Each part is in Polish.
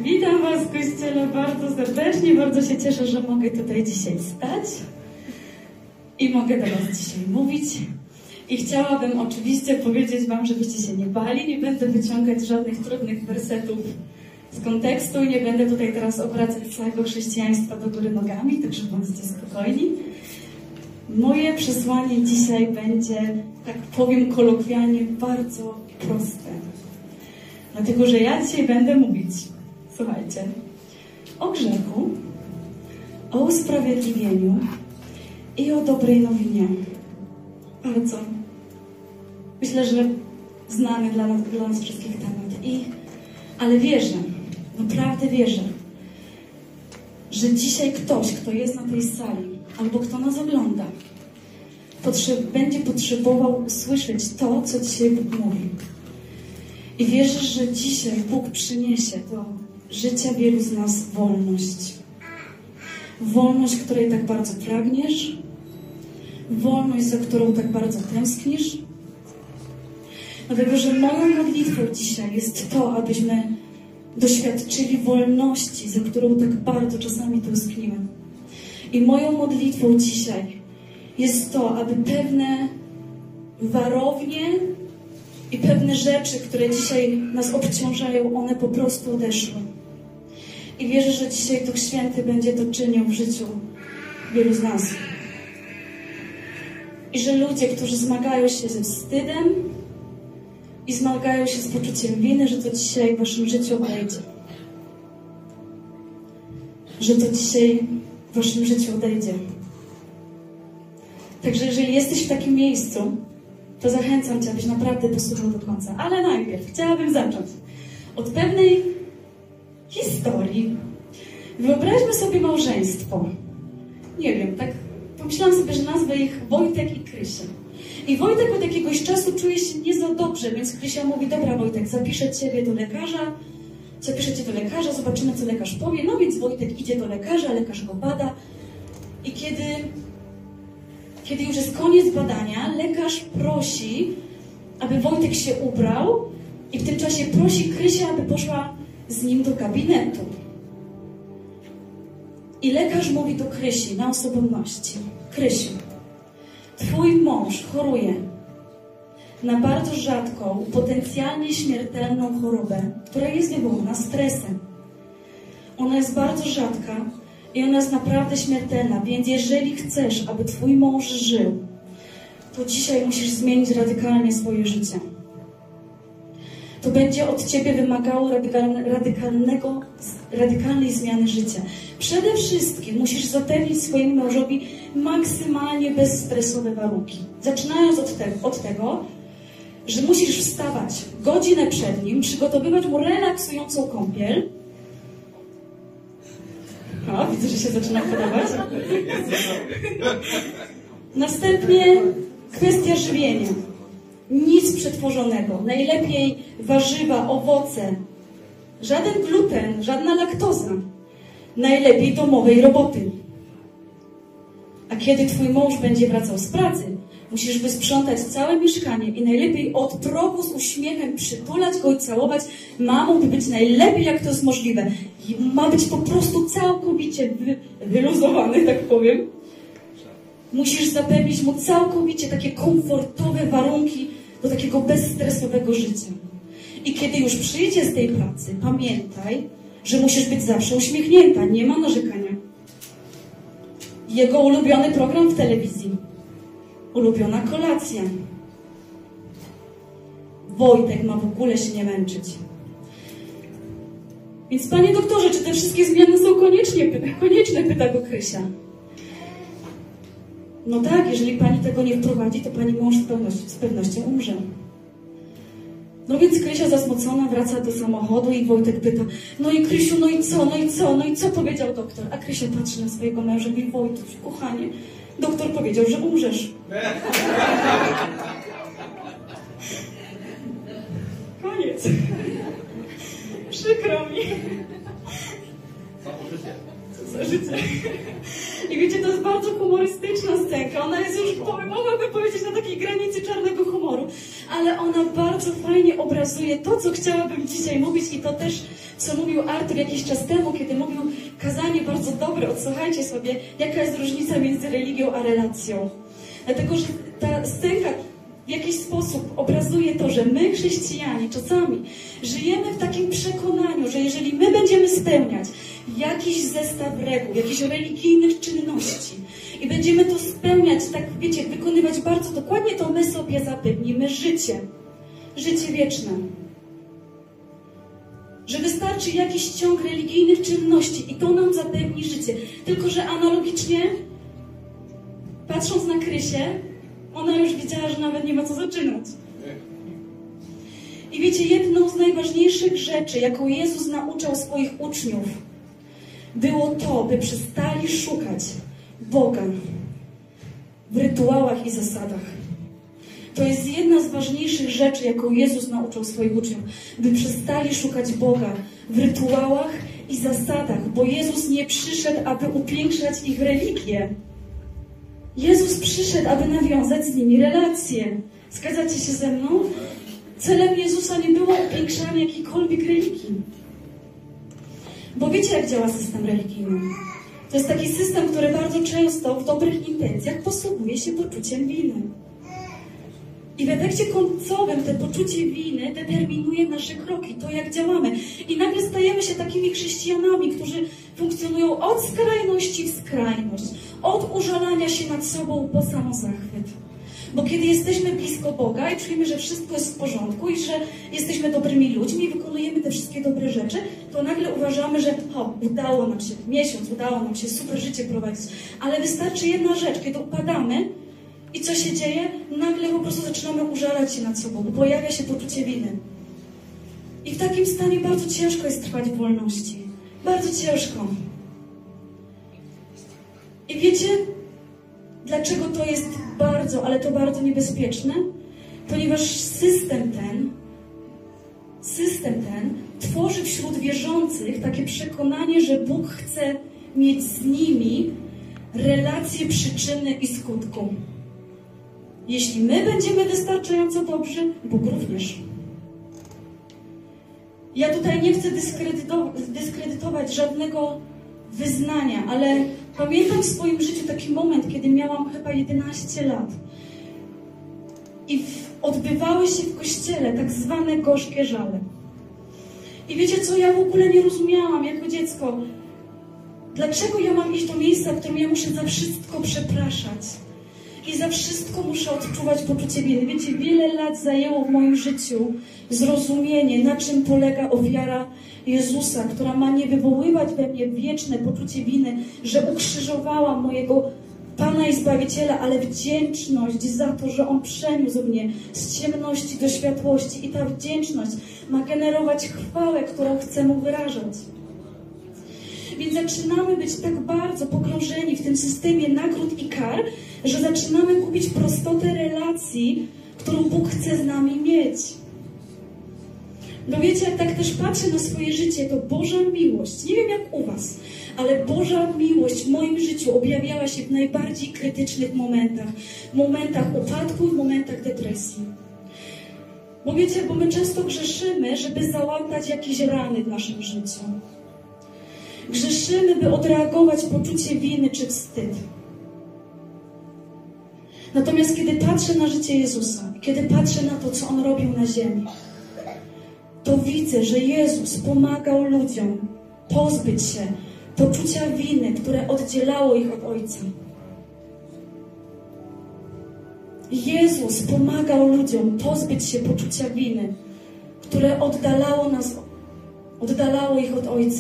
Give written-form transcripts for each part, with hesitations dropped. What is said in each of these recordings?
Witam Was w Kościele bardzo serdecznie, bardzo się cieszę, że mogę tutaj dzisiaj stać i mogę do Was dzisiaj mówić. I chciałabym oczywiście powiedzieć Wam, żebyście się nie bali, nie będę wyciągać żadnych trudnych wersetów z kontekstu i nie będę tutaj teraz obracać całego chrześcijaństwa do góry nogami, także bądźcie spokojni. Moje przesłanie dzisiaj będzie, tak powiem kolokwialnie, bardzo proste. Dlatego, że ja dzisiaj będę mówić, słuchajcie, o grzechu, o usprawiedliwieniu i o dobrej nowinie. Bardzo, myślę, że znany dla nas wszystkich temat. Ale wierzę, naprawdę wierzę, że dzisiaj ktoś, kto jest na tej sali, albo kto nas ogląda, będzie potrzebował usłyszeć to, co dzisiaj Bóg mówi. I wierzę, że dzisiaj Bóg przyniesie do życia wielu z nas wolność. Wolność, której tak bardzo pragniesz. Wolność, za którą tak bardzo tęsknisz. Dlatego, że moją modlitwą dzisiaj jest to, abyśmy doświadczyli wolności, za którą tak bardzo czasami tęsknimy. I moją modlitwą dzisiaj jest to, aby pewne warownie i pewne rzeczy, które dzisiaj nas obciążają, one po prostu odeszły. I wierzę, że dzisiaj Duch Święty będzie to czynił w życiu wielu z nas. I że ludzie, którzy zmagają się ze wstydem i zmagają się z poczuciem winy, że to dzisiaj w waszym życiu odejdzie. Że to dzisiaj w waszym życiu odejdzie. Także jeżeli jesteś w takim miejscu, to zachęcam cię, abyś naprawdę posłuchał do końca. Ale najpierw chciałabym zacząć od pewnej historii. Wyobraźmy sobie małżeństwo. Nie wiem, tak pomyślałam sobie, że nazwę ich Wojtek i Krysia. I Wojtek od jakiegoś czasu czuje się nie za dobrze, więc Krysia mówi: dobra Wojtek, zapiszę cię do lekarza, zobaczymy, co lekarz powie. No więc Wojtek idzie do lekarza, lekarz go bada. I kiedy już jest koniec badania, lekarz prosi, aby Wojtek się ubrał i w tym czasie prosi Krysię, aby poszła z nim do gabinetu. I lekarz mówi do Krysi na osobności: Krysiu, twój mąż choruje na bardzo rzadką, potencjalnie śmiertelną chorobę, która jest wywołana stresem. Ona jest bardzo rzadka i ona jest naprawdę śmiertelna, więc jeżeli chcesz, aby twój mąż żył, to dzisiaj musisz zmienić radykalnie swoje życie. To będzie od ciebie wymagało radykalnej zmiany życia. Przede wszystkim musisz zapewnić swojemu mężowi maksymalnie bezstresowe warunki. Zaczynając od tego, że musisz wstawać godzinę przed nim, przygotowywać mu relaksującą kąpiel. O, widzę, że się zaczyna podobać. Następnie kwestia żywienia. Nic przetworzonego. Najlepiej warzywa, owoce. Żaden gluten, żadna laktoza. Najlepiej domowej roboty. A kiedy twój mąż będzie wracał z pracy, musisz wysprzątać całe mieszkanie i najlepiej od progu z uśmiechem przytulać go i całować. Mamą by być najlepiej, jak to jest możliwe. I ma być po prostu całkowicie wyluzowany, tak powiem. Musisz zapewnić mu całkowicie takie komfortowe warunki do takiego bezstresowego życia. I kiedy już przyjdzie z tej pracy, pamiętaj, że musisz być zawsze uśmiechnięta. Nie ma narzekania. Jego ulubiony program w telewizji. Ulubiona kolacja. Wojtek ma w ogóle się nie męczyć. Więc panie doktorze, czy te wszystkie zmiany są konieczne? Pyta go Krysia. No tak, jeżeli pani tego nie wprowadzi, to pani mąż z pewnością umrze. No więc Krysia zasmucona wraca do samochodu i Wojtek pyta: no i Krysiu, no i co powiedział doktor? A Krysia patrzy na swojego męża i mówi: Wojtuś, kochanie, doktor powiedział, że umrzesz. Koniec. Przykro mi. Za życie. I wiecie, to jest bardzo humorystyczna scenka. Ona jest już, mogłabym powiedzieć, na takiej granicy czarnego humoru. Ale ona bardzo fajnie obrazuje to, co chciałabym dzisiaj mówić, i to też co mówił Artur jakiś czas temu, kiedy mówił kazanie bardzo dobre, odsłuchajcie sobie, jaka jest różnica między religią a relacją. Dlatego, że ta scenka w jakiś sposób obrazuje to, że my, chrześcijanie, czasami żyjemy w takim przekonaniu, że jeżeli my będziemy spełniać jakiś zestaw reguł, jakichś religijnych czynności i będziemy to spełniać, tak wiecie, wykonywać bardzo dokładnie, to my sobie zapewnimy życie wieczne. Że wystarczy jakiś ciąg religijnych czynności i to nam zapewni życie. Tylko że analogicznie, patrząc na Krysię, ona już wiedziała, że nawet nie ma co zaczynać. I wiecie, jedną z najważniejszych rzeczy, jaką Jezus nauczał swoich uczniów, było to, by przestali szukać Boga w rytuałach i zasadach. To jest jedna z ważniejszych rzeczy, jaką Jezus nauczał swoich uczniów, by przestali szukać Boga w rytuałach i zasadach, bo Jezus nie przyszedł, aby upiększać ich religię. Jezus przyszedł, aby nawiązać z nimi relacje. Zgadzacie się ze mną? Celem Jezusa nie było upiększanie jakiejkolwiek religii. Bo wiecie, jak działa system religijny? To jest taki system, który bardzo często w dobrych intencjach posługuje się poczuciem winy. I w efekcie końcowym to poczucie winy determinuje nasze kroki, to jak działamy. I nagle stajemy się takimi chrześcijanami, którzy funkcjonują od skrajności w skrajność, od użalania się nad sobą po samozachwyt. Bo kiedy jesteśmy blisko Boga i czujemy, że wszystko jest w porządku i że jesteśmy dobrymi ludźmi i wykonujemy te wszystkie dobre rzeczy, to nagle uważamy, że udało nam się miesiąc, udało nam się super życie prowadzić. Ale wystarczy jedna rzecz, kiedy upadamy i co się dzieje? Nagle po prostu zaczynamy użalać się nad sobą, bo pojawia się poczucie winy. I w takim stanie bardzo ciężko jest trwać w wolności. Bardzo ciężko. I wiecie, dlaczego to jest bardzo niebezpieczne? Ponieważ system ten tworzy wśród wierzących takie przekonanie, że Bóg chce mieć z nimi relacje przyczyny i skutku. Jeśli my będziemy wystarczająco dobrzy, Bóg również. Ja tutaj nie chcę dyskredytować żadnego wyznania, ale pamiętam w swoim życiu taki moment, kiedy miałam chyba 11 lat. I odbywały się w kościele tak zwane gorzkie żale. I wiecie co, ja w ogóle nie rozumiałam jako dziecko, dlaczego ja mam iść do miejsca, w którym ja muszę za wszystko przepraszać. I za wszystko muszę odczuwać poczucie winy. Wiecie, wiele lat zajęło w moim życiu zrozumienie, na czym polega ofiara Jezusa, która ma nie wywoływać we mnie wieczne poczucie winy, że ukrzyżowałam mojego Pana i Zbawiciela, ale wdzięczność za to, że On przeniósł mnie z ciemności do światłości. I ta wdzięczność ma generować chwałę, którą chcę Mu wyrażać. Więc zaczynamy być tak bardzo pogrążeni w tym systemie nagród i kar, że zaczynamy gubić prostotę relacji, którą Bóg chce z nami mieć. No wiecie, jak tak też patrzę na swoje życie, to Boża miłość, nie wiem jak u was, ale Boża miłość w moim życiu objawiała się w najbardziej krytycznych momentach. W momentach upadku, w momentach depresji. Bo wiecie, bo my często grzeszymy, żeby załatać jakieś rany w naszym życiu. Grzeszymy, by odreagować poczucie winy czy wstyd. Natomiast kiedy patrzę na życie Jezusa, kiedy patrzę na to, co On robił na ziemi, to widzę, że Jezus pomagał ludziom pozbyć się poczucia winy, które oddzielało ich od Ojca. Jezus pomagał ludziom pozbyć się poczucia winy, które oddalało ich od Ojca.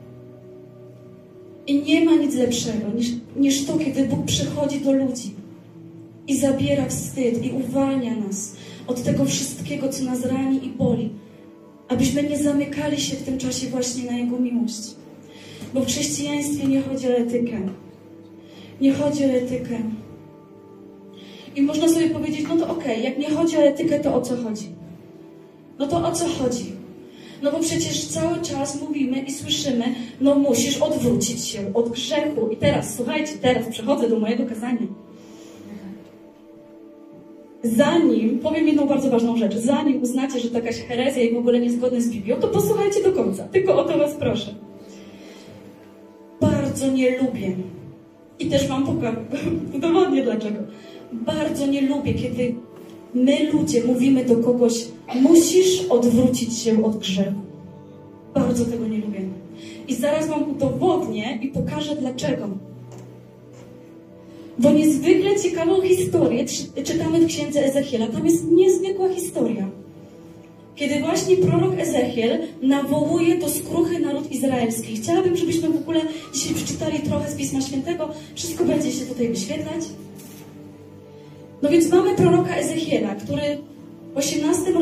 I nie ma nic lepszego niż to, kiedy Bóg przychodzi do ludzi i zabiera wstyd i uwalnia nas od tego wszystkiego, co nas rani i boli, abyśmy nie zamykali się w tym czasie właśnie na Jego miłość. Bo w chrześcijaństwie nie chodzi o etykę. Nie chodzi o etykę. I można sobie powiedzieć, no to okej, jak nie chodzi o etykę, to o co chodzi? No to o co chodzi? No bo przecież cały czas mówimy i słyszymy, no musisz odwrócić się od grzechu. I teraz, słuchajcie, teraz przechodzę do mojego kazania. zanim, powiem jedną bardzo ważną rzecz, zanim uznacie, że to jakaś herezja i w ogóle niezgodne z Biblią, to posłuchajcie do końca. Tylko o to was proszę. Bardzo nie lubię, i też wam udowodnię dlaczego, bardzo nie lubię, kiedy my ludzie mówimy do kogoś, musisz odwrócić się od grzechu. Bardzo tego nie lubię. I zaraz wam udowodnię i pokażę dlaczego. Bo niezwykle ciekawą historię czytamy w księdze Ezechiela. Tam jest niezwykła historia. Kiedy właśnie prorok Ezechiel nawołuje do skruchy naród izraelski. Chciałabym, żebyśmy w ogóle dzisiaj przeczytali trochę z Pisma Świętego. Wszystko będzie się tutaj wyświetlać. No więc mamy proroka Ezechiela, który w 18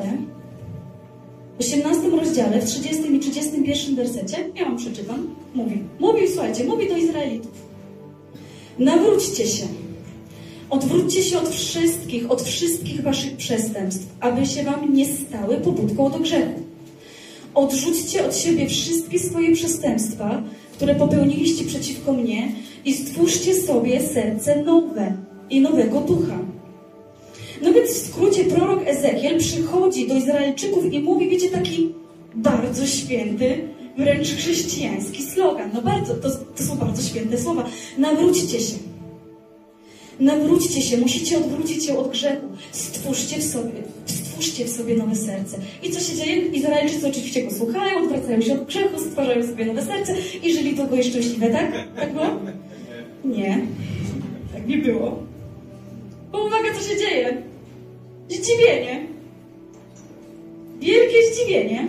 rozdziale, w 30 i 31 wersecie, ja wam przeczytam, mówi do Izraelitów. Nawróćcie się. Odwróćcie się od wszystkich waszych przestępstw, aby się wam nie stały pobudką do grzechu. Odrzućcie od siebie wszystkie swoje przestępstwa, które popełniliście przeciwko mnie i stwórzcie sobie serce nowe i nowego ducha. No więc w skrócie prorok Ezechiel przychodzi do Izraelczyków i mówi, wiecie, taki bardzo święty, wręcz chrześcijański slogan. No bardzo, to są bardzo święte słowa. Nawróćcie się. Nawróćcie się, musicie odwrócić się od grzechu. Stwórzcie w sobie nowe serce. I co się dzieje? Izraelczycy oczywiście go słuchają, odwracają się od grzechu, stwarzają sobie nowe serce i żyli długo i szczęśliwe, tak? Tak było? Nie. Tak nie było. Bo uwaga, co się dzieje? Zdziwienie. Wielkie zdziwienie.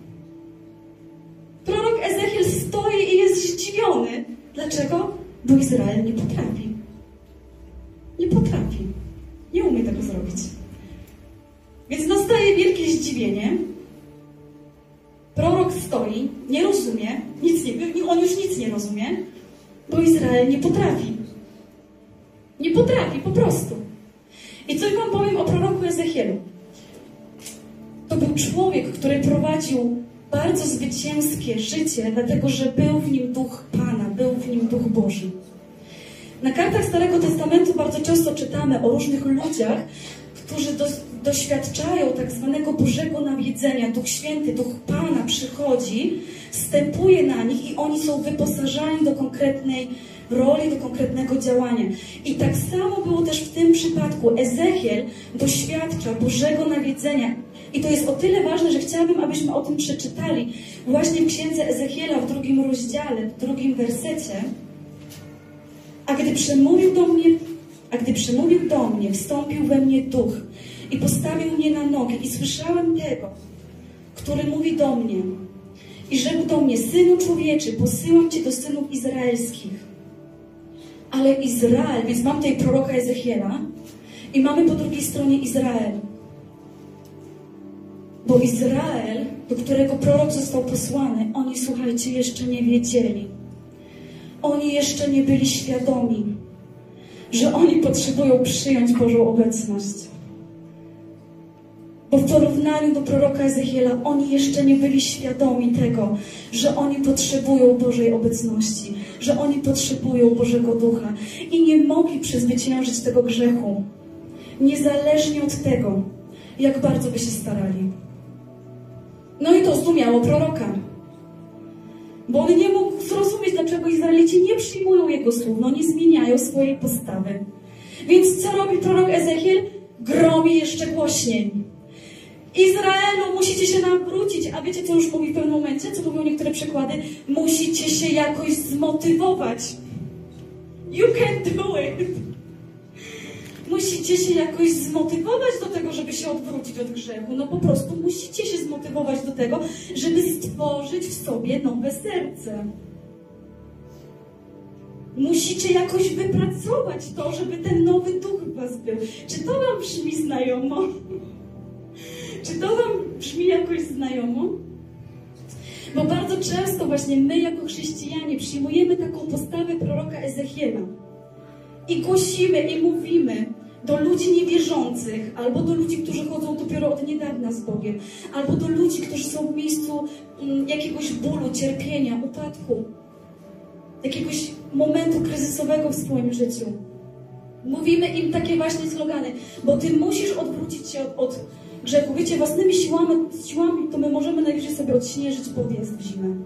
Prorok Ezechiel stoi i jest zdziwiony. Dlaczego? Bo Izrael nie potrafi. Nie potrafi. Nie umie tego zrobić. Więc nastaje wielkie zdziwienie. Prorok stoi, nie rozumie, on już nic nie rozumie, bo Izrael nie potrafi. Nie potrafi, po prostu. I coś wam powiem o proroku Ezechielu. To był człowiek, który prowadził bardzo zwycięskie życie, dlatego że był w nim Duch Pana, był w nim Duch Boży. Na kartach Starego Testamentu bardzo często czytamy o różnych ludziach, którzy doświadczają tak zwanego Bożego nawiedzenia. Duch Święty, Duch Pana przychodzi, wstępuje na nich i oni są wyposażani do konkretnej roli, do konkretnego działania. I tak samo było też w tym przypadku. Ezechiel doświadcza Bożego nawiedzenia. I to jest o tyle ważne, że chciałabym, abyśmy o tym przeczytali właśnie w księdze Ezechiela w 2 rozdziale, w 2 wersecie. A gdy przemówił do mnie, wstąpił we mnie duch i postawił mnie na nogi i słyszałem tego, który mówi do mnie i rzekł do mnie: Synu człowieczy, posyłam cię do synów izraelskich. Ale Izrael, więc mam tutaj proroka Ezechiela i mamy po drugiej stronie Izrael. Bo Izrael, do którego prorok został posłany, oni, słuchajcie, jeszcze nie wiedzieli. Oni jeszcze nie byli świadomi, że oni potrzebują przyjąć Bożą obecność. Bo w porównaniu do proroka Ezechiela, oni jeszcze nie byli świadomi tego, że oni potrzebują Bożej obecności, że oni potrzebują Bożego Ducha i nie mogli przezwyciężyć tego grzechu, niezależnie od tego, jak bardzo by się starali. No i to zdumiało proroka. Bo on nie mógł zrozumieć, dlaczego Izraelici nie przyjmują jego słów, nie zmieniają swojej postawy. Więc co robi prorok Ezechiel? Gromi jeszcze głośniej. Izraelu, musicie się nawrócić. A wiecie, co już mówi w pewnym momencie? Co mówią niektóre przykłady? Musicie się jakoś zmotywować. You can do it. Musicie się jakoś zmotywować do tego, żeby się odwrócić od grzechu. Po prostu musicie się zmotywować do tego, żeby stworzyć w sobie nowe serce. Musicie jakoś wypracować to, żeby ten nowy duch w was był. Czy to wam brzmi znajomo? Czy to wam brzmi jakoś znajomo? Bo bardzo często właśnie my jako chrześcijanie przyjmujemy taką postawę proroka Ezechiela. I głosimy i mówimy do ludzi niewierzących, albo do ludzi, którzy chodzą dopiero od niedawna z Bogiem, albo do ludzi, którzy są w miejscu jakiegoś bólu, cierpienia, upadku, jakiegoś momentu kryzysowego w swoim życiu. Mówimy im takie właśnie slogany, bo Ty musisz odwrócić się od grzechu. Wiecie, własnymi siłami to my możemy najwyżej sobie odśnieżyć podjazd w zimę.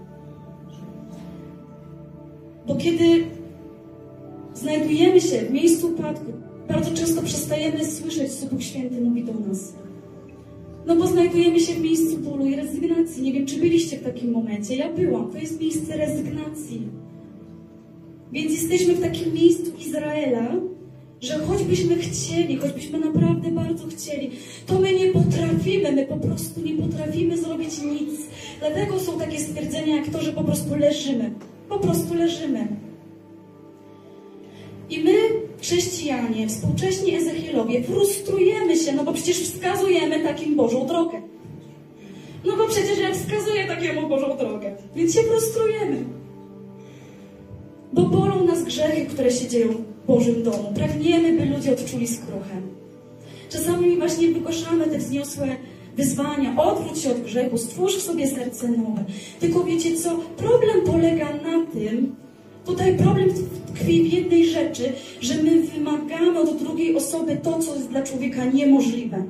Bo kiedy znajdujemy się w miejscu upadku, bardzo często przestajemy słyszeć, co Duch Święty mówi do nas. No bo znajdujemy się w miejscu bólu i rezygnacji. Nie wiem, czy byliście w takim momencie. Ja byłam. To jest miejsce rezygnacji. Więc jesteśmy w takim miejscu Izraela, że choćbyśmy chcieli, choćbyśmy naprawdę bardzo chcieli, to my nie potrafimy, my po prostu nie potrafimy zrobić nic. Dlatego są takie stwierdzenia jak to, że po prostu leżymy. Po prostu leżymy. I my, chrześcijanie, współcześni Ezechielowie, frustrujemy się, no bo przecież wskazujemy takim Bożą drogę. No bo przecież ja wskazuję takiemu Bożą drogę, więc się frustrujemy. Bo bolą nas grzechy, które się dzieją w Bożym domu. Pragniemy, by ludzie odczuli skruchę. Czasami właśnie wygłaszamy te wzniosłe wyzwania. Odwróć się od grzechu, stwórz w sobie serce nowe. Tylko wiecie co? Problem polega na tym, tutaj problem tkwi w jednej rzeczy, że my wymagamy od drugiej osoby to, co jest dla człowieka niemożliwe.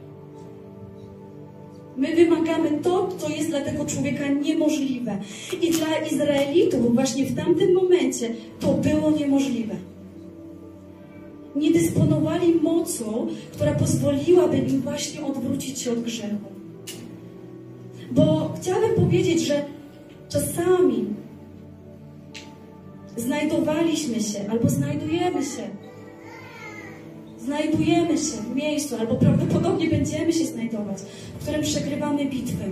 My wymagamy to, co jest dla tego człowieka niemożliwe. I dla Izraelitów właśnie w tamtym momencie to było niemożliwe. Nie dysponowali mocą, która pozwoliłaby im właśnie odwrócić się od grzechu. Bo chciałabym powiedzieć, że czasami znajdowaliśmy się albo znajdujemy się w miejscu, albo prawdopodobnie będziemy się znajdować, w którym przegrywamy bitwy.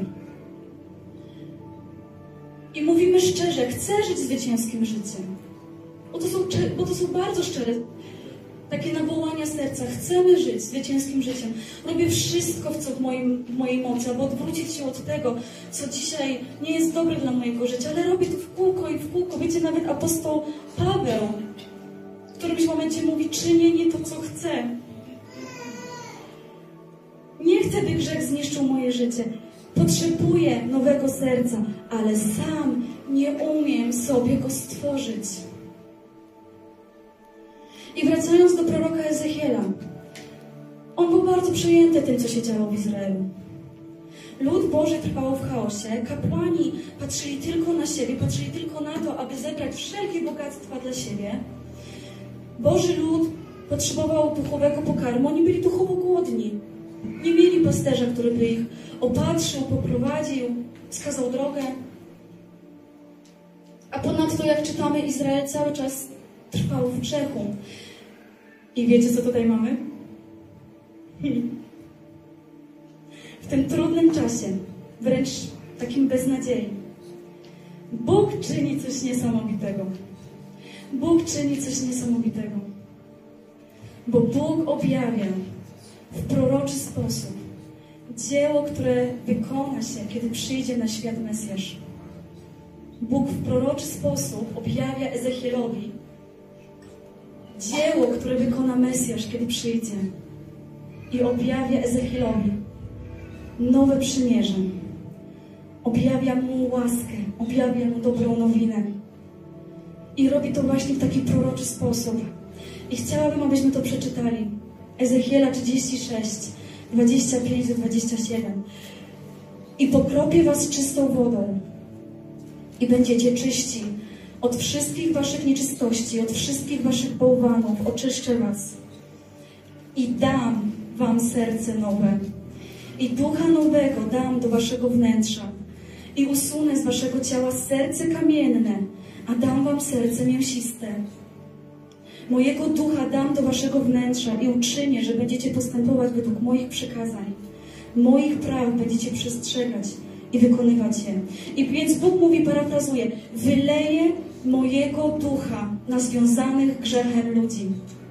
I mówimy szczerze, chcę żyć zwycięskim życiem. Bo to są bardzo szczere takie nawołania serca. Chcemy żyć zwycięskim życiem. Robię wszystko, co w mojej mocy, aby odwrócić się od tego, co dzisiaj nie jest dobre dla mojego życia, ale robię to w kółko i w kółko. Wiecie, nawet apostoł Paweł w którymś momencie mówi, czynię nie to, co chcę. Nie chcę, by grzech zniszczył moje życie. Potrzebuję nowego serca, ale sam nie umiem sobie go stworzyć. I wracając do proroka Ezechiela, on był bardzo przejęty tym, co się działo w Izraelu. Lud Boży trwał w chaosie, kapłani patrzyli tylko na siebie, patrzyli tylko na to, aby zebrać wszelkie bogactwa dla siebie. Boży lud potrzebował duchowego pokarmu, oni byli duchowo głodni. Nie mieli pasterza, który by ich opatrzył, poprowadził, wskazał drogę. A ponadto, jak czytamy, Izrael cały czas trwał w grzechu. I wiecie, co tutaj mamy? W tym trudnym czasie, wręcz takim beznadziei, Bóg czyni coś niesamowitego. Bóg czyni coś niesamowitego. Bo Bóg objawia w proroczy sposób dzieło, które wykona się, kiedy przyjdzie na świat Mesjasz. Bóg w proroczy sposób objawia Ezechielowi dzieło, które wykona Mesjasz, kiedy przyjdzie. I objawia Ezechielowi nowe przymierze. Objawia mu łaskę, objawia mu dobrą nowinę. I robi to właśnie w taki proroczy sposób. I chciałabym, abyśmy to przeczytali. Ezechiela 36, 25-27. I pokropię was czystą wodą i będziecie czyści od wszystkich waszych nieczystości, od wszystkich waszych bałwanów. Oczyszczę was i dam wam serce nowe i ducha nowego dam do waszego wnętrza i usunę z waszego ciała serce kamienne, a dam wam serce mięsiste. Mojego ducha dam do waszego wnętrza i uczynię, że będziecie postępować według moich przykazań. Moich praw będziecie przestrzegać i wykonywać je. I więc Bóg mówi, parafrazuję, wyleję mojego ducha na związanych grzechem ludzi.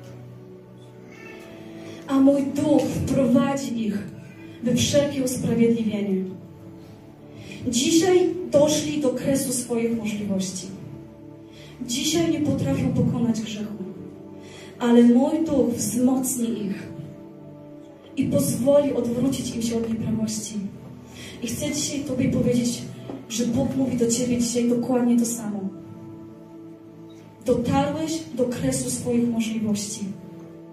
A mój duch wprowadzi ich we wszelkie usprawiedliwienie. Dzisiaj doszli do kresu swoich możliwości. Dzisiaj nie potrafią pokonać grzechu. Ale mój duch wzmocni ich i pozwoli odwrócić im się od nieprawości. I chcę dzisiaj Tobie powiedzieć, że Bóg mówi do Ciebie dzisiaj dokładnie to samo. Dotarłeś do kresu swoich możliwości.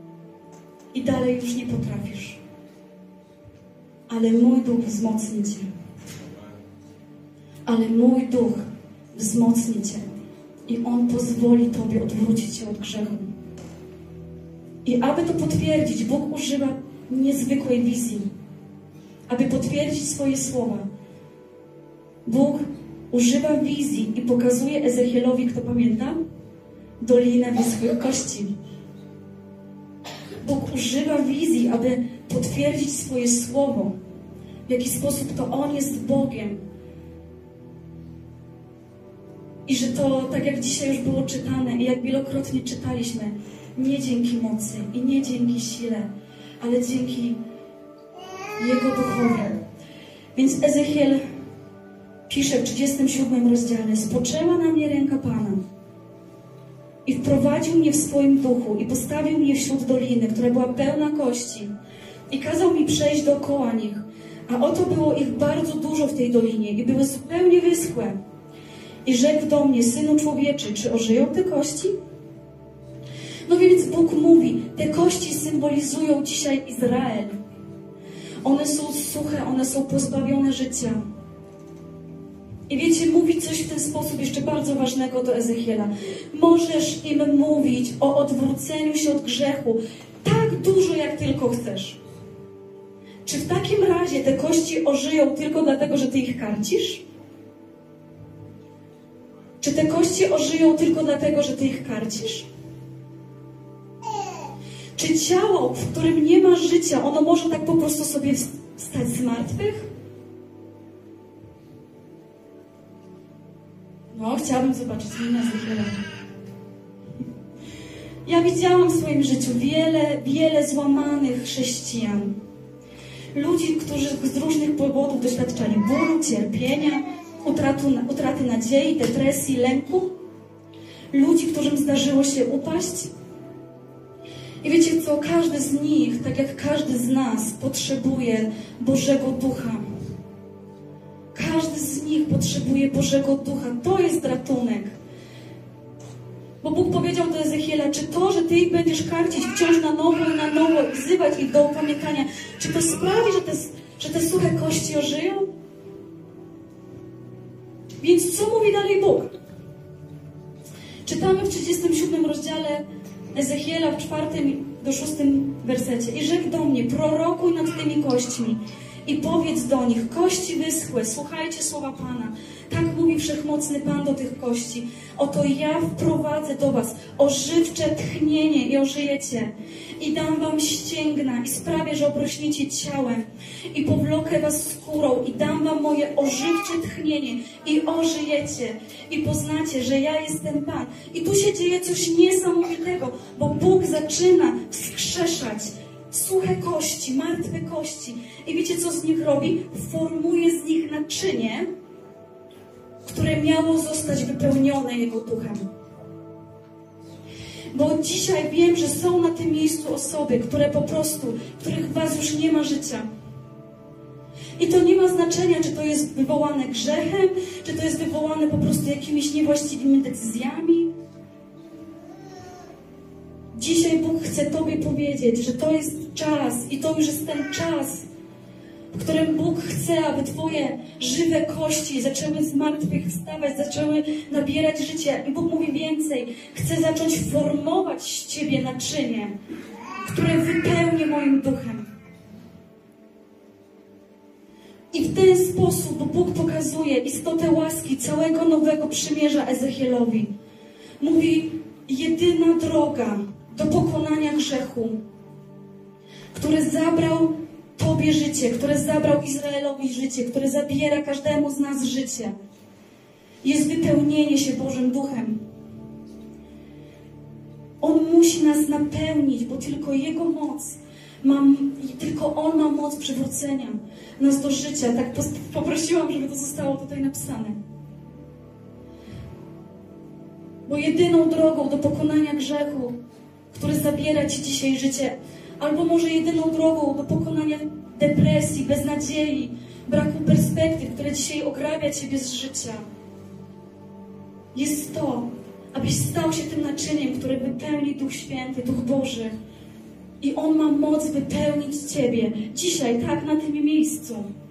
i dalej już nie potrafisz. Ale mój duch wzmocni cię. Ale mój duch wzmocni cię. I on pozwoli tobie odwrócić się od grzechu. I aby to potwierdzić, Bóg używa niezwykłej wizji. Aby potwierdzić swoje słowa. Bóg używa wizji i pokazuje Ezechielowi, kto pamięta? Dolinę wyschłych kości. Bóg używa wizji, aby potwierdzić swoje słowo. W jaki sposób to On jest Bogiem. I że to, tak jak dzisiaj już było czytane i jak wielokrotnie czytaliśmy, nie dzięki mocy i nie dzięki sile, ale dzięki Jego Duchowi. Więc Ezechiel pisze w 37 rozdziale: spoczęła na mnie ręka Pana i wprowadził mnie w swoim duchu i postawił mnie wśród doliny, która była pełna kości, i kazał mi przejść dookoła nich. A oto było ich bardzo dużo w tej dolinie i były zupełnie wyschłe. I rzekł do mnie: synu człowieczy, czy ożyją te kości? No więc Bóg mówi, te kości symbolizują dzisiaj Izrael. One są suche, one są pozbawione życia. I wiecie, mówi coś w ten sposób jeszcze bardzo ważnego do Ezechiela. Możesz im mówić o odwróceniu się od grzechu tak dużo, jak tylko chcesz. Czy w takim razie te kości ożyją tylko dlatego, że ty ich karcisz? Czy te kości ożyją tylko dlatego, że ty ich karcisz? Czy ciało, w którym nie ma życia, ono może tak po prostu sobie wstać z martwych? No, chciałabym zobaczyć minę Ezechiela. Ja widziałam w swoim życiu wiele złamanych chrześcijan. Ludzi, którzy z różnych powodów doświadczali bólu, cierpienia, utraty nadziei, depresji, lęku. Ludzi, którym zdarzyło się upaść. I wiecie co? Każdy z nich, tak jak każdy z nas, potrzebuje Bożego Ducha. Każdy z nich potrzebuje Bożego Ducha. To jest ratunek. Bo Bóg powiedział do Ezechiela, czy to, że ty ich będziesz karcić wciąż na nowo i wzywać ich do upamiętania, czy to sprawi, że te suche kości ożyją? Więc co mówi dalej Bóg? Czytamy w 37 rozdziale Ezechiela w 4 do 6 wersecie. I rzekł do mnie: prorokuj nad tymi kośćmi i powiedz do nich: kości wyschłe, słuchajcie słowa Pana. Tak mówi Wszechmocny Pan do tych kości. Oto ja wprowadzę do was ożywcze tchnienie i ożyjecie. I dam wam ścięgna i sprawię, że obrośniecie ciałem. I powlokę was skórą i dam wam moje ożywcze tchnienie i ożyjecie. I poznacie, że ja jestem Pan. I tu się dzieje coś niesamowitego, bo Bóg zaczyna wskrzeszać suche kości, martwe kości. I wiecie, co z nich robi? Formuje z nich naczynie, które miało zostać wypełnione Jego Duchem. Bo dzisiaj wiem, że są na tym miejscu osoby, które po prostu, których w was już nie ma życia. I to nie ma znaczenia, czy to jest wywołane grzechem, czy to jest wywołane po prostu jakimiś niewłaściwymi decyzjami. Dzisiaj Bóg chce tobie powiedzieć, że to jest czas i to już jest ten czas, w którym Bóg chce, aby twoje żywe kości zaczęły z martwych wstawać, zaczęły nabierać życia. I Bóg mówi więcej. Chce zacząć formować z ciebie naczynie, które wypełni moim duchem. I w ten sposób Bóg pokazuje istotę łaski całego nowego przymierza Ezechielowi. Mówi: jedyna droga do pokonania grzechu, który zabrał tobie życie, który zabrał Izraelowi życie, który zabiera każdemu z nas życie, jest wypełnienie się Bożym Duchem. On musi nas napełnić, bo tylko Jego moc tylko On ma moc przywrócenia nas do życia. Tak poprosiłam, żeby to zostało tutaj napisane. Bo jedyną drogą do pokonania grzechu, który zabiera ci dzisiaj życie, albo może jedyną drogą do pokonania depresji, beznadziei, braku perspektyw, które dzisiaj ograbia ciebie z życia, jest to, abyś stał się tym naczyniem, które wypełni Duch Święty, Duch Boży. I On ma moc wypełnić Ciebie dzisiaj, tak, na tym miejscu.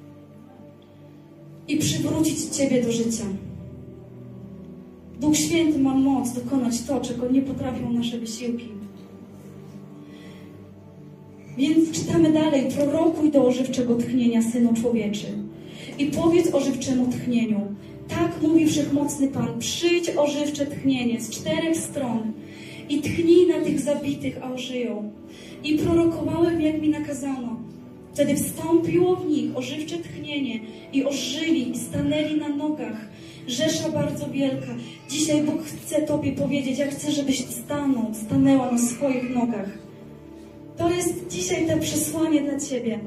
I przywrócić Ciebie do życia. Duch Święty ma moc dokonać to, czego nie potrafią nasze wysiłki. Więc czytamy dalej. Prorokuj do ożywczego tchnienia, Synu Człowieczy. I powiedz ożywczemu tchnieniu. Tak mówi Wszechmocny Pan. Przyjdź ożywcze tchnienie z 4 stron i tchnij na tych zabitych, a ożyją. I prorokowałem, jak mi nakazano. Wtedy wstąpiło w nich ożywcze tchnienie i ożyli i stanęli na nogach. Rzesza bardzo wielka. Dzisiaj Bóg chce Tobie powiedzieć, ja chcę, żebyś stanęła na swoich nogach. To jest dzisiaj to przesłanie dla Ciebie.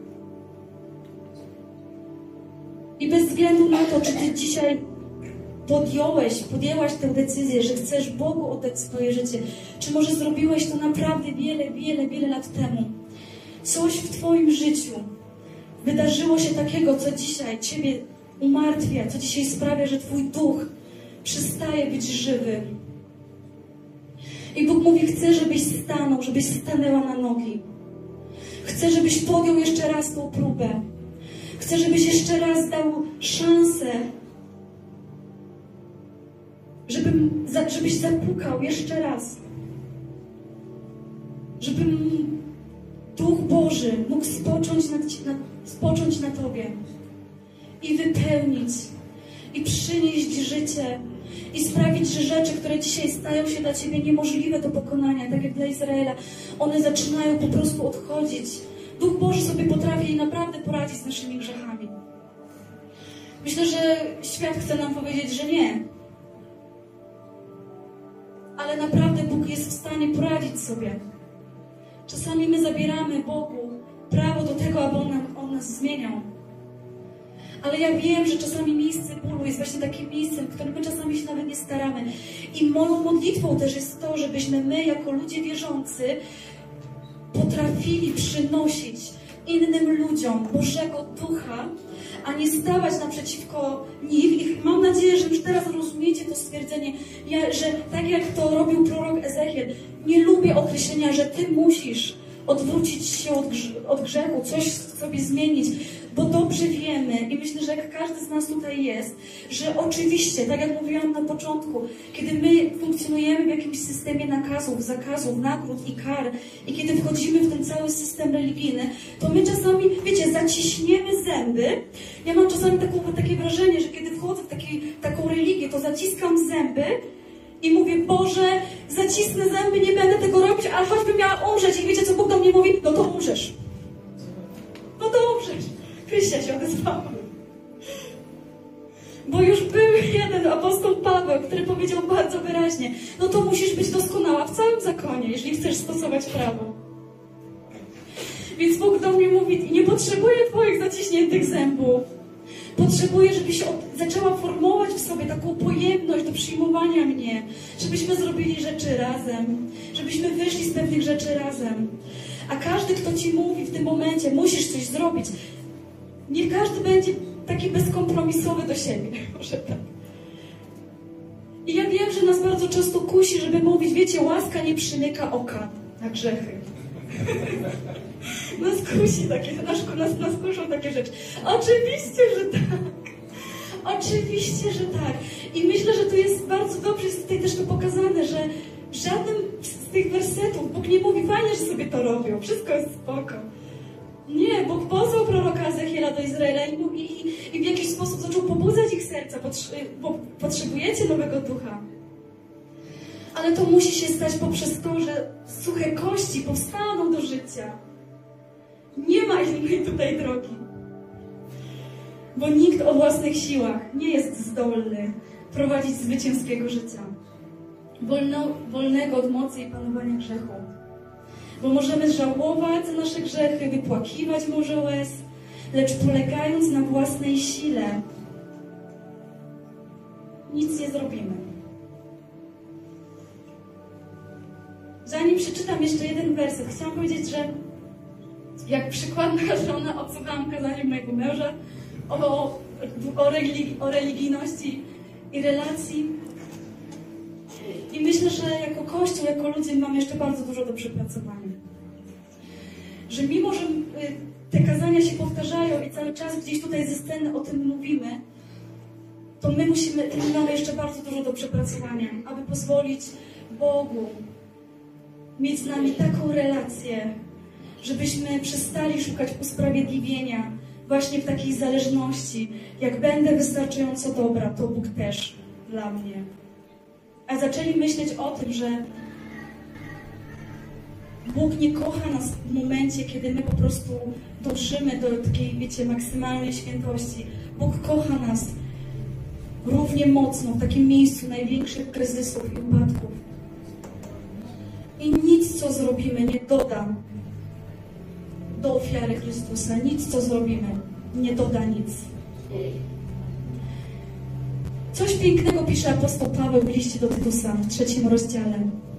I bez względu na to, czy Ty dzisiaj podjęłaś tę decyzję, że chcesz Bogu oddać swoje życie, czy może zrobiłeś to naprawdę wiele lat temu. Coś w Twoim życiu wydarzyło się takiego, co dzisiaj Ciebie umartwia, co dzisiaj sprawia, że Twój duch przestaje być żywy. I Bóg mówi, chcę, żebyś stanął, żebyś stanęła na nogi. Chcę, żebyś podjął jeszcze raz tą próbę. Chcę, żebyś jeszcze raz dał szansę, żebyś zapukał jeszcze raz. Żeby Duch Boży mógł spocząć na Tobie i wypełnić, i przynieść życie, i sprawić, że rzeczy, które dzisiaj stają się dla Ciebie niemożliwe do pokonania, tak jak dla Izraela, one zaczynają po prostu odchodzić. Duch Boży sobie potrafi naprawdę poradzić z naszymi grzechami. Myślę, że świat chce nam powiedzieć, że nie. Ale naprawdę Bóg jest w stanie poradzić sobie. Czasami my zabieramy Bogu prawo do tego, aby On nas zmieniał. Ale ja wiem, że czasami miejsce bólu jest właśnie takim miejscem, w którym my czasami się nawet nie staramy. I moją modlitwą też jest to, żebyśmy my, jako ludzie wierzący, potrafili przynosić innym ludziom Bożego Ducha, a nie stawać naprzeciwko nich. I mam nadzieję, że już teraz rozumiecie to stwierdzenie, że tak jak to robił prorok Ezechiel, nie lubię określenia, że Ty musisz odwrócić się od grzechu, coś sobie zmienić, bo dobrze wiemy i myślę, że jak każdy z nas tutaj jest, że oczywiście, tak jak mówiłam na początku, kiedy my funkcjonujemy w jakimś systemie nakazów, zakazów, nagród i kar i kiedy wchodzimy w ten cały system religijny, to my czasami, wiecie, zaciśniemy zęby. Ja mam czasami takie wrażenie, że kiedy wchodzę w taką religię, to zaciskam zęby i mówię, Boże, zacisnę zęby, nie będę tego robić, ale choćbym miała umrzeć. I wiecie, co Bóg do mnie mówi? No to umrzesz. No to umrzesz. Krysia się odezwała. Bo już był jeden apostoł Paweł, który powiedział bardzo wyraźnie, no to musisz być doskonała w całym zakonie, jeżeli chcesz stosować prawo. Więc Bóg do mnie mówi, nie potrzebuję Twoich zaciśniętych zębów. Potrzebuję, żebyś zaczęła formować w sobie taką pojemność do przyjmowania mnie, żebyśmy zrobili rzeczy razem, żebyśmy wyszli z pewnych rzeczy razem. A każdy, kto Ci mówi w tym momencie, musisz coś zrobić, nie każdy będzie taki bezkompromisowy do siebie. Może tak. I ja wiem, że nas bardzo często kusi, żeby mówić, wiecie, łaska nie przymyka oka na grzechy. Nas kusi takie, nas kuszą takie rzeczy. Oczywiście, że tak. Oczywiście, że tak. I myślę, że tu jest bardzo dobrze, jest tutaj też to pokazane, że w żadnym z tych wersetów Bóg nie mówi, fajnie, że sobie to robią, wszystko jest spoko. Nie, Bóg posłał proroka Ezechiela do Izraela i w jakiś sposób zaczął pobudzać ich serca, bo potrzebujecie nowego ducha. Ale to musi się stać poprzez to, że suche kości powstaną do życia. Nie ma innej tutaj drogi. Bo nikt o własnych siłach nie jest zdolny prowadzić zwycięskiego życia. Wolnego od mocy i panowania grzechu. Bo możemy żałować za nasze grzechy, wypłakiwać morze łez, lecz polegając na własnej sile, nic nie zrobimy. Zanim przeczytam jeszcze jeden werset, chciałam powiedzieć, że jak przykładna żona odsłuchałam kazanie mojego męża o religijności i relacji. I myślę, że jako Kościół, jako ludzie mamy jeszcze bardzo dużo do przepracowania. że mimo, że te kazania się powtarzają i cały czas gdzieś tutaj ze sceny o tym mówimy, to my mamy jeszcze bardzo dużo do przepracowania, aby pozwolić Bogu mieć z nami taką relację, żebyśmy przestali szukać usprawiedliwienia właśnie w takiej zależności. Jak będę wystarczająco dobra, to Bóg też dla mnie. A zaczęli myśleć o tym, że Bóg nie kocha nas w momencie, kiedy my po prostu dążymy do takiej, wiecie, maksymalnej świętości. Bóg kocha nas równie mocno w takim miejscu największych kryzysów i upadków. I nic, co zrobimy, nie doda do ofiary Chrystusa. Nic, co zrobimy, nie doda nic. Coś pięknego pisze apostoł Paweł w liście do Tytusa w 3 rozdziale.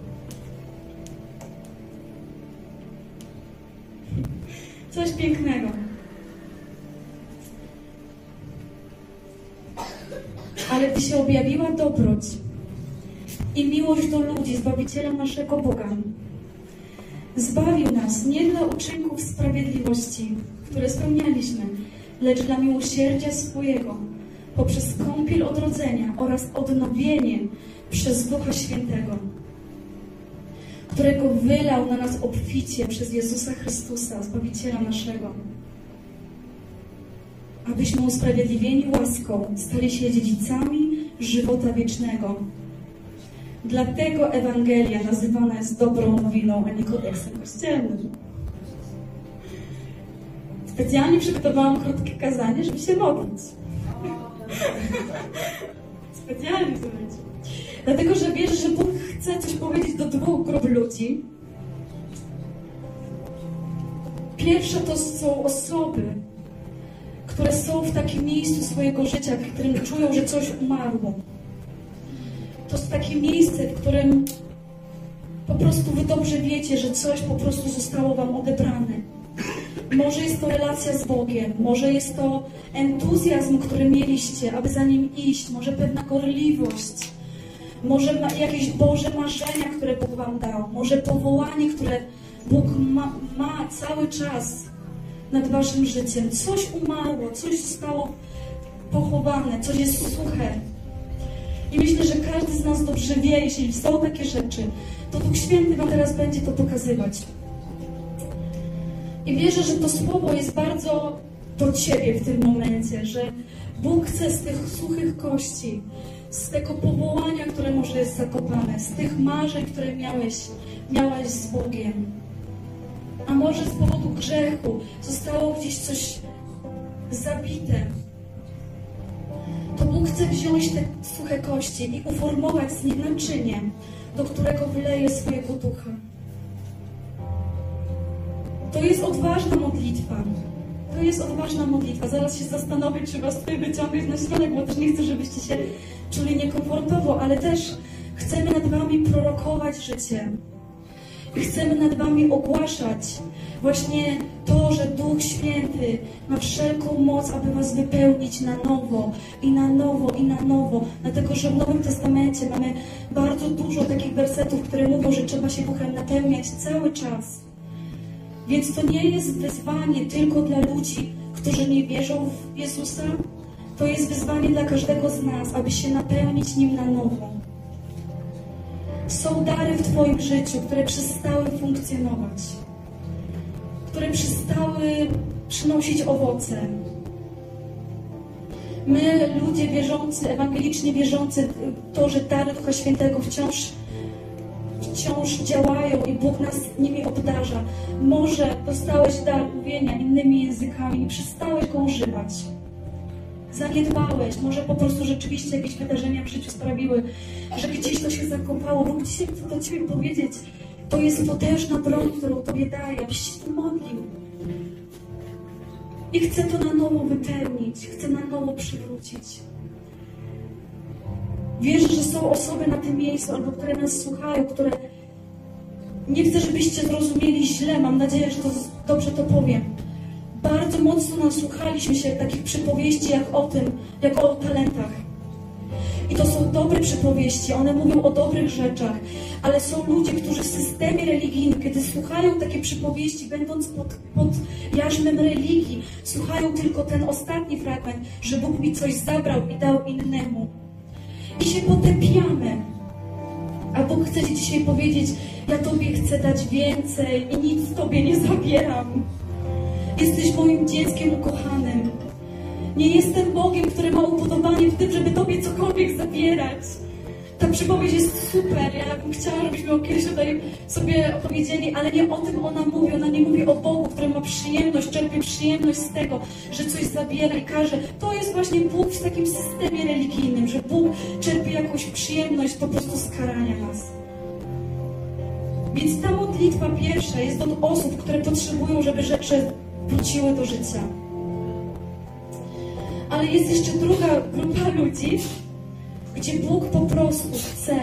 Coś pięknego. Ale gdy się objawiła dobroć i miłość do ludzi, Zbawiciela naszego Boga, zbawił nas nie dla uczynków sprawiedliwości, które spełnialiśmy, lecz dla miłosierdzia swojego, poprzez kąpiel odrodzenia oraz odnowienie przez Ducha Świętego, którego wylał na nas obficie przez Jezusa Chrystusa, Zbawiciela naszego, abyśmy usprawiedliwieni łaską stali się dziedzicami żywota wiecznego. Dlatego Ewangelia nazywana jest dobrą nowiną, a nie kodeksem kościelnym. Specjalnie przygotowałam krótkie kazanie, żeby się modlić. Specjalnie, słuchajcie. Dlatego, że wierzę, że Bóg chce coś powiedzieć do dwóch grup ludzi. Pierwsza to są osoby, które są w takim miejscu swojego życia, w którym czują, że coś umarło. To jest takie miejsce, w którym po prostu wy dobrze wiecie, że coś po prostu zostało wam odebrane. Może jest to relacja z Bogiem, może jest to entuzjazm, który mieliście, aby za Nim iść, może pewna gorliwość, może jakieś Boże marzenia, które Bóg wam dał, może powołanie, które Bóg ma cały czas nad waszym życiem. Coś umarło, coś zostało pochowane, coś jest suche. I myślę, że każdy z nas dobrze wie, jeśli są takie rzeczy, to Duch Święty wam teraz będzie to pokazywać. I wierzę, że to słowo jest bardzo do ciebie w tym momencie, że Bóg chce z tych suchych kości, z tego powołania, które może jest zakopane, z tych marzeń, które miałaś z Bogiem. A może z powodu grzechu zostało gdzieś coś zabite. To Bóg chce wziąć te suche kości i uformować z nich naczynie, do którego wyleje swojego Ducha. To jest odważna modlitwa. To jest odważna modlitwa. Zaraz się zastanowię, czy was tutaj wyciągnąć na środek, bo też nie chcę, żebyście się czuli niekomfortowo, ale też chcemy nad wami prorokować życie. I chcemy nad wami ogłaszać właśnie to, że Duch Święty ma wszelką moc, aby was wypełnić na nowo i na nowo i na nowo. Dlatego, że w Nowym Testamencie mamy bardzo dużo takich wersetów, które mówią, że trzeba się Duchem napełniać cały czas. Więc to nie jest wyzwanie tylko dla ludzi, którzy nie wierzą w Jezusa. To jest wyzwanie dla każdego z nas, aby się napełnić Nim na nowo. Są dary w twoim życiu, które przestały funkcjonować, które przestały przynosić owoce. My, ludzie wierzący, ewangelicznie wierzący, to, że dary Ducha Świętego wciąż działają i Bóg nas nimi obdarza. Może dostałeś dar mówienia innymi językami i przestałeś go używać. Zaniedbałeś, może po prostu rzeczywiście jakieś wydarzenia w życiu sprawiły, że gdzieś to się zakopało. Bóg dzisiaj chce do ciebie powiedzieć, to jest potężna broń, którą tobie daje, abyś się modlił. I chcę to na nowo wypełnić, chcę na nowo przywrócić. Wierzę, że są osoby na tym miejscu, albo które nas słuchają, które nie chcę, żebyście zrozumieli źle. Mam nadzieję, że dobrze to powiem. Bardzo mocno nasłuchaliśmy się takich przypowieści jak o tym, jak o talentach. I to są dobre przypowieści, one mówią o dobrych rzeczach, ale są ludzie, którzy w systemie religijnym, kiedy słuchają takie przypowieści, będąc pod jarzmem religii, słuchają tylko ten ostatni fragment, że Bóg mi coś zabrał i dał innemu. I się potępiamy. A Bóg chce Ci dzisiaj powiedzieć, ja Tobie chcę dać więcej i nic Tobie nie zabieram. Jesteś moim dzieckiem ukochanym. Nie jestem Bogiem, który ma upodobanie w tym, żeby Tobie cokolwiek zabierać. Ta przypowieść jest super. Ja bym chciała, żebyśmy ją kiedyś tutaj sobie opowiedzieli, ale nie o tym ona mówi. Ona nie mówi o Bogu, który ma przyjemność, czerpie przyjemność z tego, że coś zabiera i każe. To jest właśnie Bóg w takim systemie religijnym, że Bóg czerpie jakąś przyjemność po prostu z karania nas. Więc ta modlitwa pierwsza jest od osób, które potrzebują, żeby rzeczy wróciły do życia. Ale jest jeszcze druga grupa ludzi, gdzie Bóg po prostu chce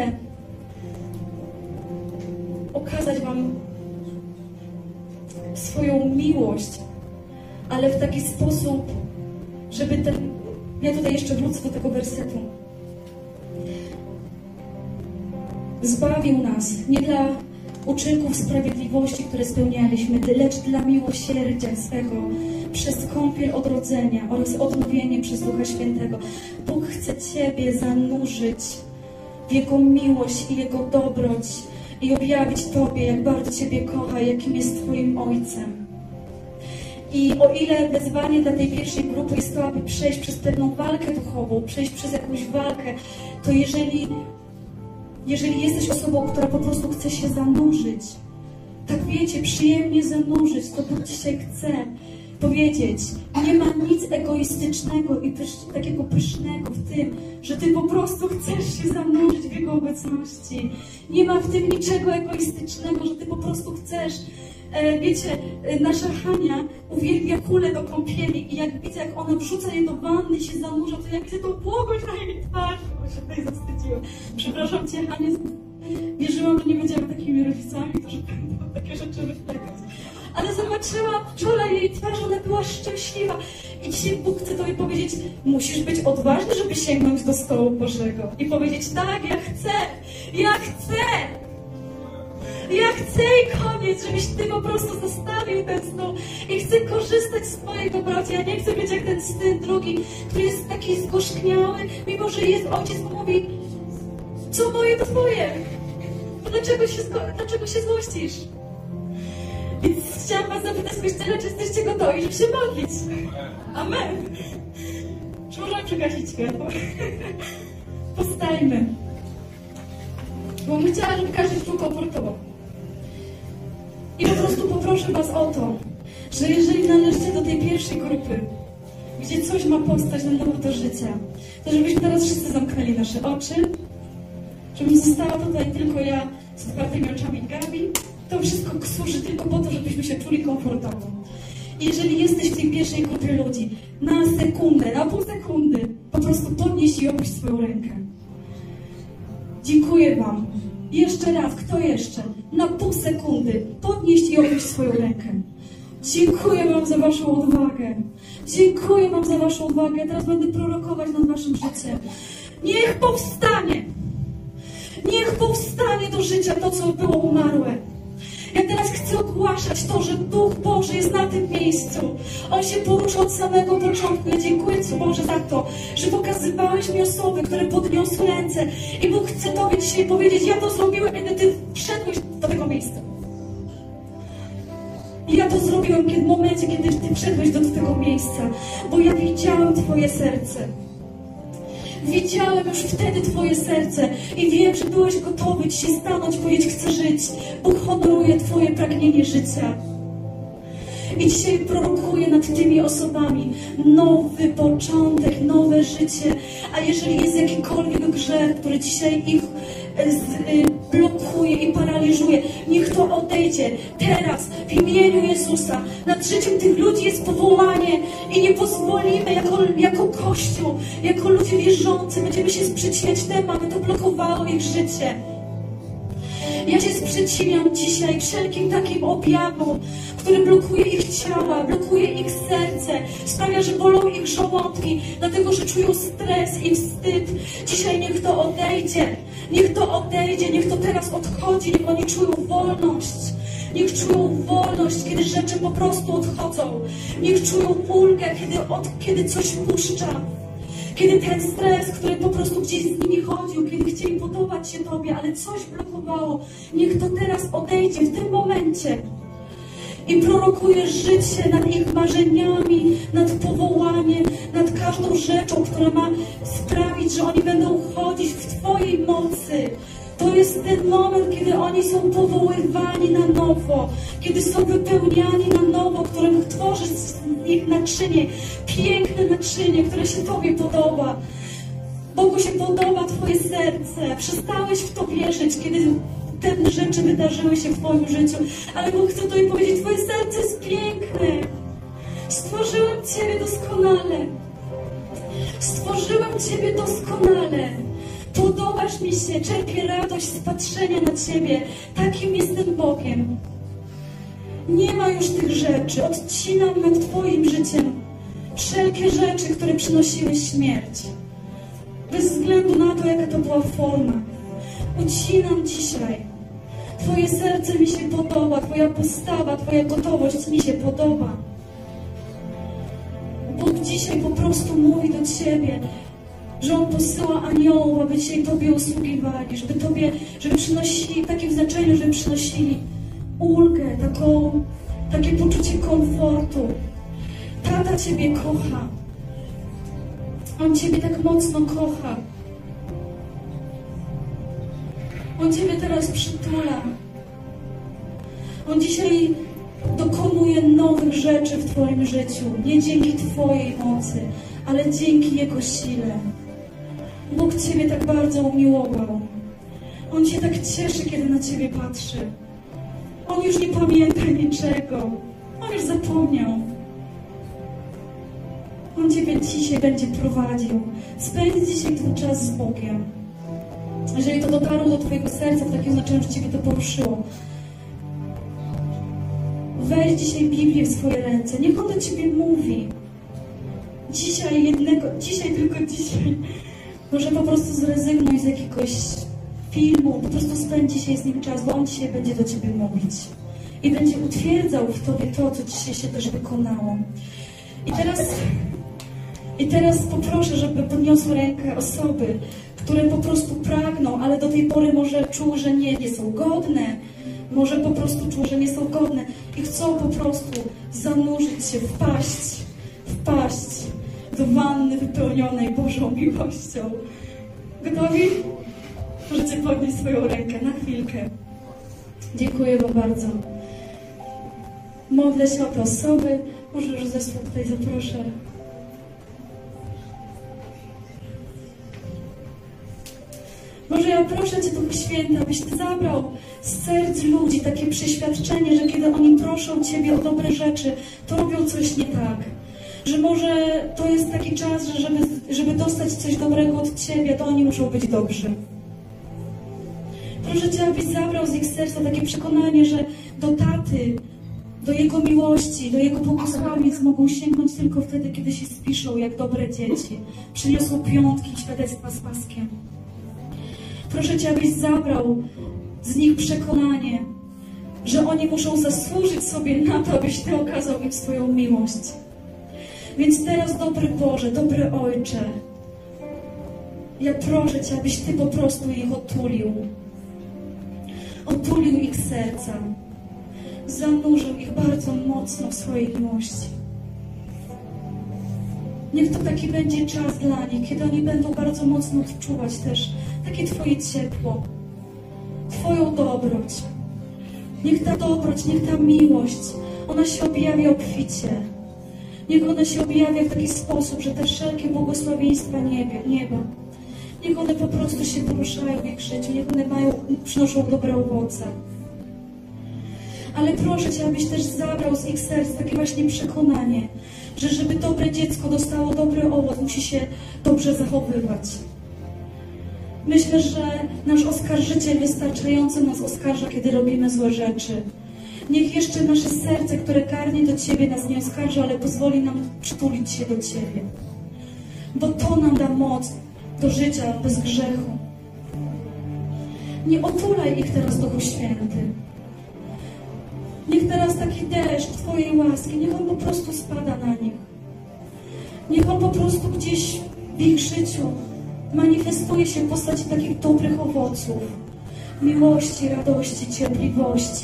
okazać Wam swoją miłość, ale w taki sposób, żeby ten... Ja tutaj jeszcze wrócę do tego wersetu. Zbawił nas nie dla uczynków sprawiedliwości, które spełnialiśmy, lecz dla miłosierdzia swego, przez kąpiel odrodzenia oraz odnowienie przez Ducha Świętego. Bóg chce Ciebie zanurzyć w Jego miłość i Jego dobroć i objawić Tobie, jak bardzo Ciebie kocha, jakim jest Twoim Ojcem. I o ile wezwanie dla tej pierwszej grupy jest to, aby przejść przez pewną walkę duchową, przejść przez jakąś walkę, to jeżeli jesteś osobą, która po prostu chce się zanurzyć, tak wiecie, przyjemnie zanurzyć, to Bóg dzisiaj chce powiedzieć, nie ma nic egoistycznego i takiego pysznego w tym, że Ty po prostu chcesz się zanurzyć w Jego obecności. Nie ma w tym niczego egoistycznego, że Ty po prostu chcesz. Wiecie, nasza Hania uwielbia kulę do kąpieli i jak widzę, jak ona wrzuca je do wanny i się zanurza, to ja widzę tą błogość na jej twarzy, bo się tutaj zawstydziłam. Przepraszam Cię, Hanie, wierzyłam, że nie będziemy takimi rodzicami, to że będą takie rzeczy reflektować. Ale zobaczyłam wczoraj jej twarz, ona była szczęśliwa. I dzisiaj Bóg chce Tobie powiedzieć, musisz być odważny, żeby sięgnąć do stołu Bożego i powiedzieć, tak, ja chcę, ja chcę. Ja chcę i koniec, żebyś Ty po prostu zostawił ten stół i chcę korzystać z Twojej dobroci. Ja nie chcę być jak ten syn drugi, który jest taki zgorzkniały, mimo że jest ojciec, bo mówi, co moje to Twoje. Dlaczego się złościsz? Więc chciałam Was zapytać z Kościoła, czy jesteście gotowi, żeby się modlić? Amen. Czy możemy przegasić światło? Postajmy. Bo bym chciała, żeby każdy czuł komfortowo. I po prostu poproszę Was o to, że jeżeli należycie do tej pierwszej grupy, gdzie coś ma powstać na nowo do życia, to żebyśmy teraz wszyscy zamknęli nasze oczy, żebym została tutaj tylko ja z otwartymi oczami Gabi. To wszystko służy tylko po to, żebyśmy się czuli komfortowo. I jeżeli jesteś w tej pierwszej grupie ludzi, na sekundę, na pół sekundy, po prostu podnieś i opuść swoją rękę. Dziękuję Wam. Jeszcze raz, kto jeszcze? Na pół sekundy podnieść i opuść swoją rękę. Dziękuję Wam za Waszą odwagę. Dziękuję Wam za Waszą odwagę. Teraz będę prorokować nad Waszym życiem. Niech powstanie! Niech powstanie do życia to, co było umarłe. Ja teraz chcę ogłaszać to, że Duch Boży jest na tym miejscu. On się porusza od samego początku. Ja dziękuję Ci, Boże, za to, że pokazywałeś mi osoby, które podniosły ręce. I Bóg chce Tobie dzisiaj powiedzieć, ja to zrobiłem, kiedy Ty wszedłeś do tego miejsca. I ja to zrobiłem w momencie, kiedy Ty wszedłeś do tego miejsca. Bo ja widziałem Twoje serce. Widziałem już wtedy Twoje serce i wiem, że byłeś gotowy dzisiaj stanąć, powiedzieć, chcę żyć. Bóg honoruje Twoje pragnienie życia. I dzisiaj prorokuję nad tymi osobami nowy początek, nowe życie. A jeżeli jest jakikolwiek grzech, który dzisiaj ich blokuje i paraliżuje, niech to odejdzie teraz w imieniu Jezusa. Nad życiem tych ludzi jest powołanie i nie pozwolimy jako Kościół, jako ludzie wierzący, będziemy się sprzeciwiać temu, aby to blokowało ich życie. Ja się sprzeciwiam dzisiaj wszelkim takim objawom, który blokuje ich ciała, blokuje ich serce, sprawia, że bolą ich żołądki, dlatego, że czują stres i wstyd. Dzisiaj niech to odejdzie, niech to odejdzie, niech to teraz odchodzi, niech oni czują wolność. Niech czują wolność, kiedy rzeczy po prostu odchodzą. Niech czują ulgę, kiedy coś puszcza. Kiedy ten stres, który po prostu gdzieś z nimi chodził, kiedy chcieli podobać się Tobie, ale coś blokowało, niech to teraz odejdzie w tym momencie. I prorokuję życie nad ich marzeniami, nad powołaniem, nad każdą rzeczą, która ma sprawić, że oni będą chodzić w Twojej mocy. To jest ten moment, kiedy oni są powoływani na nowo, kiedy są wypełniani na nowo, którym tworzy z nich naczynie, piękne naczynie, które się Tobie podoba. Bogu się podoba Twoje serce. Przestałeś w to wierzyć, kiedy te rzeczy wydarzyły się w Twoim życiu. Ale Bóg chce Tobie powiedzieć, Twoje serce jest piękne. Stworzyłem Ciebie doskonale. Stworzyłem Ciebie doskonale. Podobasz mi się, czerpię radość z patrzenia na Ciebie. Takim jestem Bogiem. Nie ma już tych rzeczy. Odcinam nad Twoim życiem wszelkie rzeczy, które przynosiły śmierć. Bez względu na to, jaka to była forma. Ucinam dzisiaj. Twoje serce mi się podoba, Twoja postawa, Twoja gotowość mi się podoba. Bóg dzisiaj po prostu mówi do Ciebie, że On posyła aniołów, aby dzisiaj Tobie usługiwali, żeby przynosili, takie w znaczeniu, żeby przynosili ulgę, takie poczucie komfortu. Tata Ciebie kocha. On Ciebie tak mocno kocha. On Ciebie teraz przytula. On dzisiaj dokonuje nowych rzeczy w Twoim życiu. Nie dzięki Twojej mocy, ale dzięki Jego sile. Bóg Ciebie tak bardzo umiłował. On się tak cieszy, kiedy na Ciebie patrzy. On już nie pamięta niczego. On już zapomniał. On Ciebie dzisiaj będzie prowadził. Spędź dzisiaj ten czas z Bogiem. Jeżeli to dotarło do Twojego serca, w takim znaczeniu, że Ciebie to poruszyło, weź dzisiaj Biblię w swoje ręce. Niech On do Ciebie mówi. Dzisiaj, tylko dzisiaj. Może po prostu zrezygnuj z jakiegoś filmu, po prostu spędź dzisiaj z Nim czas, bo On dzisiaj będzie do Ciebie mówić. I będzie utwierdzał w Tobie to, co dzisiaj się też wykonało. I teraz poproszę, żeby podniosły rękę osoby, które po prostu pragną, ale do tej pory może czuły, że nie są godne. Może po prostu czuły, że nie są godne i chcą po prostu zanurzyć się, wpaść do wanny wypełnionej Bożą miłością. Gotowi? Możecie podnieść swoją rękę na chwilkę. Dziękuję Wam bardzo. Modlę się o te osoby. Może już zespół tutaj zaproszę. Może ja proszę Cię, Duchu Święty, abyś Ty zabrał z serc ludzi takie przeświadczenie, że kiedy oni proszą Ciebie o dobre rzeczy, to robią coś nie tak. Że może to jest taki czas, że żeby dostać coś dobrego od Ciebie, to oni muszą być dobrzy. Proszę Cię, abyś zabrał z ich serca takie przekonanie, że do taty, do Jego miłości, do Jego błogosławiec mogą sięgnąć tylko wtedy, kiedy się spiszą jak dobre dzieci. Przyniosą piątki świadectwa z paskiem. Proszę Cię, abyś zabrał z nich przekonanie, że oni muszą zasłużyć sobie na to, abyś Ty okazał im swoją miłość. Więc teraz, dobry Boże, dobry Ojcze, ja proszę Cię, abyś Ty po prostu ich otulił. Otulił ich serca. Zanurzył ich bardzo mocno w swojej miłości. Niech to taki będzie czas dla nich, kiedy oni będą bardzo mocno odczuwać też takie Twoje ciepło, Twoją dobroć. Niech ta dobroć, niech ta miłość, ona się objawia obficie. Niech ona się objawia w taki sposób, że te wszelkie błogosławieństwa nieba, niech one po prostu się poruszają w ich życiu, niech one przynoszą dobre owoce. Ale proszę Cię, abyś też zabrał z ich serc takie właśnie przekonanie, że żeby dobre dziecko dostało dobry owoc, musi się dobrze zachowywać. Myślę, że nasz oskarżyciel wystarczająco nas oskarża, kiedy robimy złe rzeczy. Niech jeszcze nasze serce, które karnie do Ciebie, nas nie oskarża, ale pozwoli nam przytulić się do Ciebie. Bo to nam da moc do życia bez grzechu. Nie otulaj ich teraz, Duchu Święty. Niech teraz taki deszcz Twojej łaski, niech on po prostu spada na nich. Niech on po prostu gdzieś w ich życiu manifestuje się w postaci takich dobrych owoców. Miłości, radości, cierpliwości.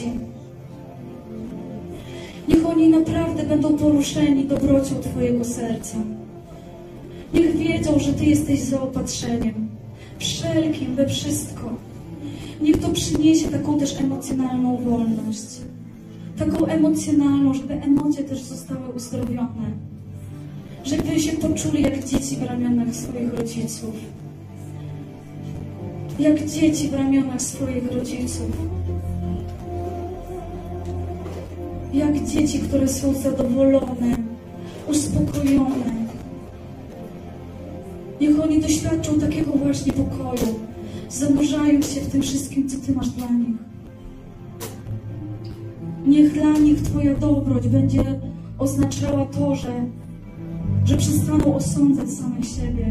Niech oni naprawdę będą poruszeni dobrocią Twojego serca. Niech wiedzą, że Ty jesteś zaopatrzeniem. Wszelkim, we wszystko. Niech to przyniesie taką też emocjonalną wolność. Taką emocjonalną, żeby emocje też zostały uzdrowione. Żeby się poczuli jak dzieci w ramionach swoich rodziców. Jak dzieci w ramionach swoich rodziców. Jak dzieci, które są zadowolone, uspokojone. Niech oni doświadczą takiego właśnie pokoju. Zanurzają się w tym wszystkim, co Ty masz dla nich. Niech dla nich Twoja dobroć będzie oznaczała to, że przestaną osądzać samych siebie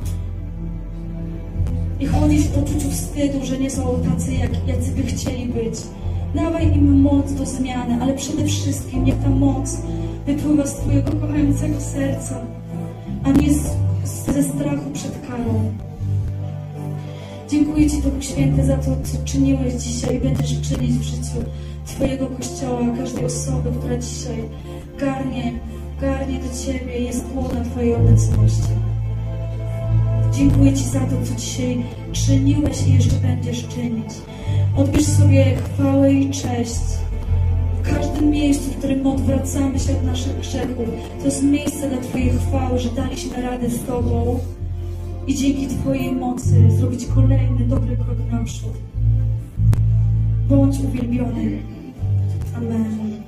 i chodzić w poczuciu wstydu, że nie są tacy, jacy by chcieli być. Dawaj im moc do zmiany, ale przede wszystkim niech ta moc wypływa z Twojego kochającego serca, a nie ze strachu przed karą. Dziękuję Ci, Duchu Święty, za to, co czyniłeś dzisiaj i będziesz czynić w życiu Twojego Kościoła, każdej osoby, która dzisiaj garnie do Ciebie i jest głodna Twojej obecności. Dziękuję Ci za to, co dzisiaj czyniłeś i jeszcze będziesz czynić. Odbierz sobie chwałę i cześć w każdym miejscu, w którym odwracamy się od naszych grzechów. To jest miejsce dla Twojej chwały, że daliśmy radę z Tobą i dzięki Twojej mocy zrobić kolejny dobry krok naprzód. Bądź uwielbiony. Amen.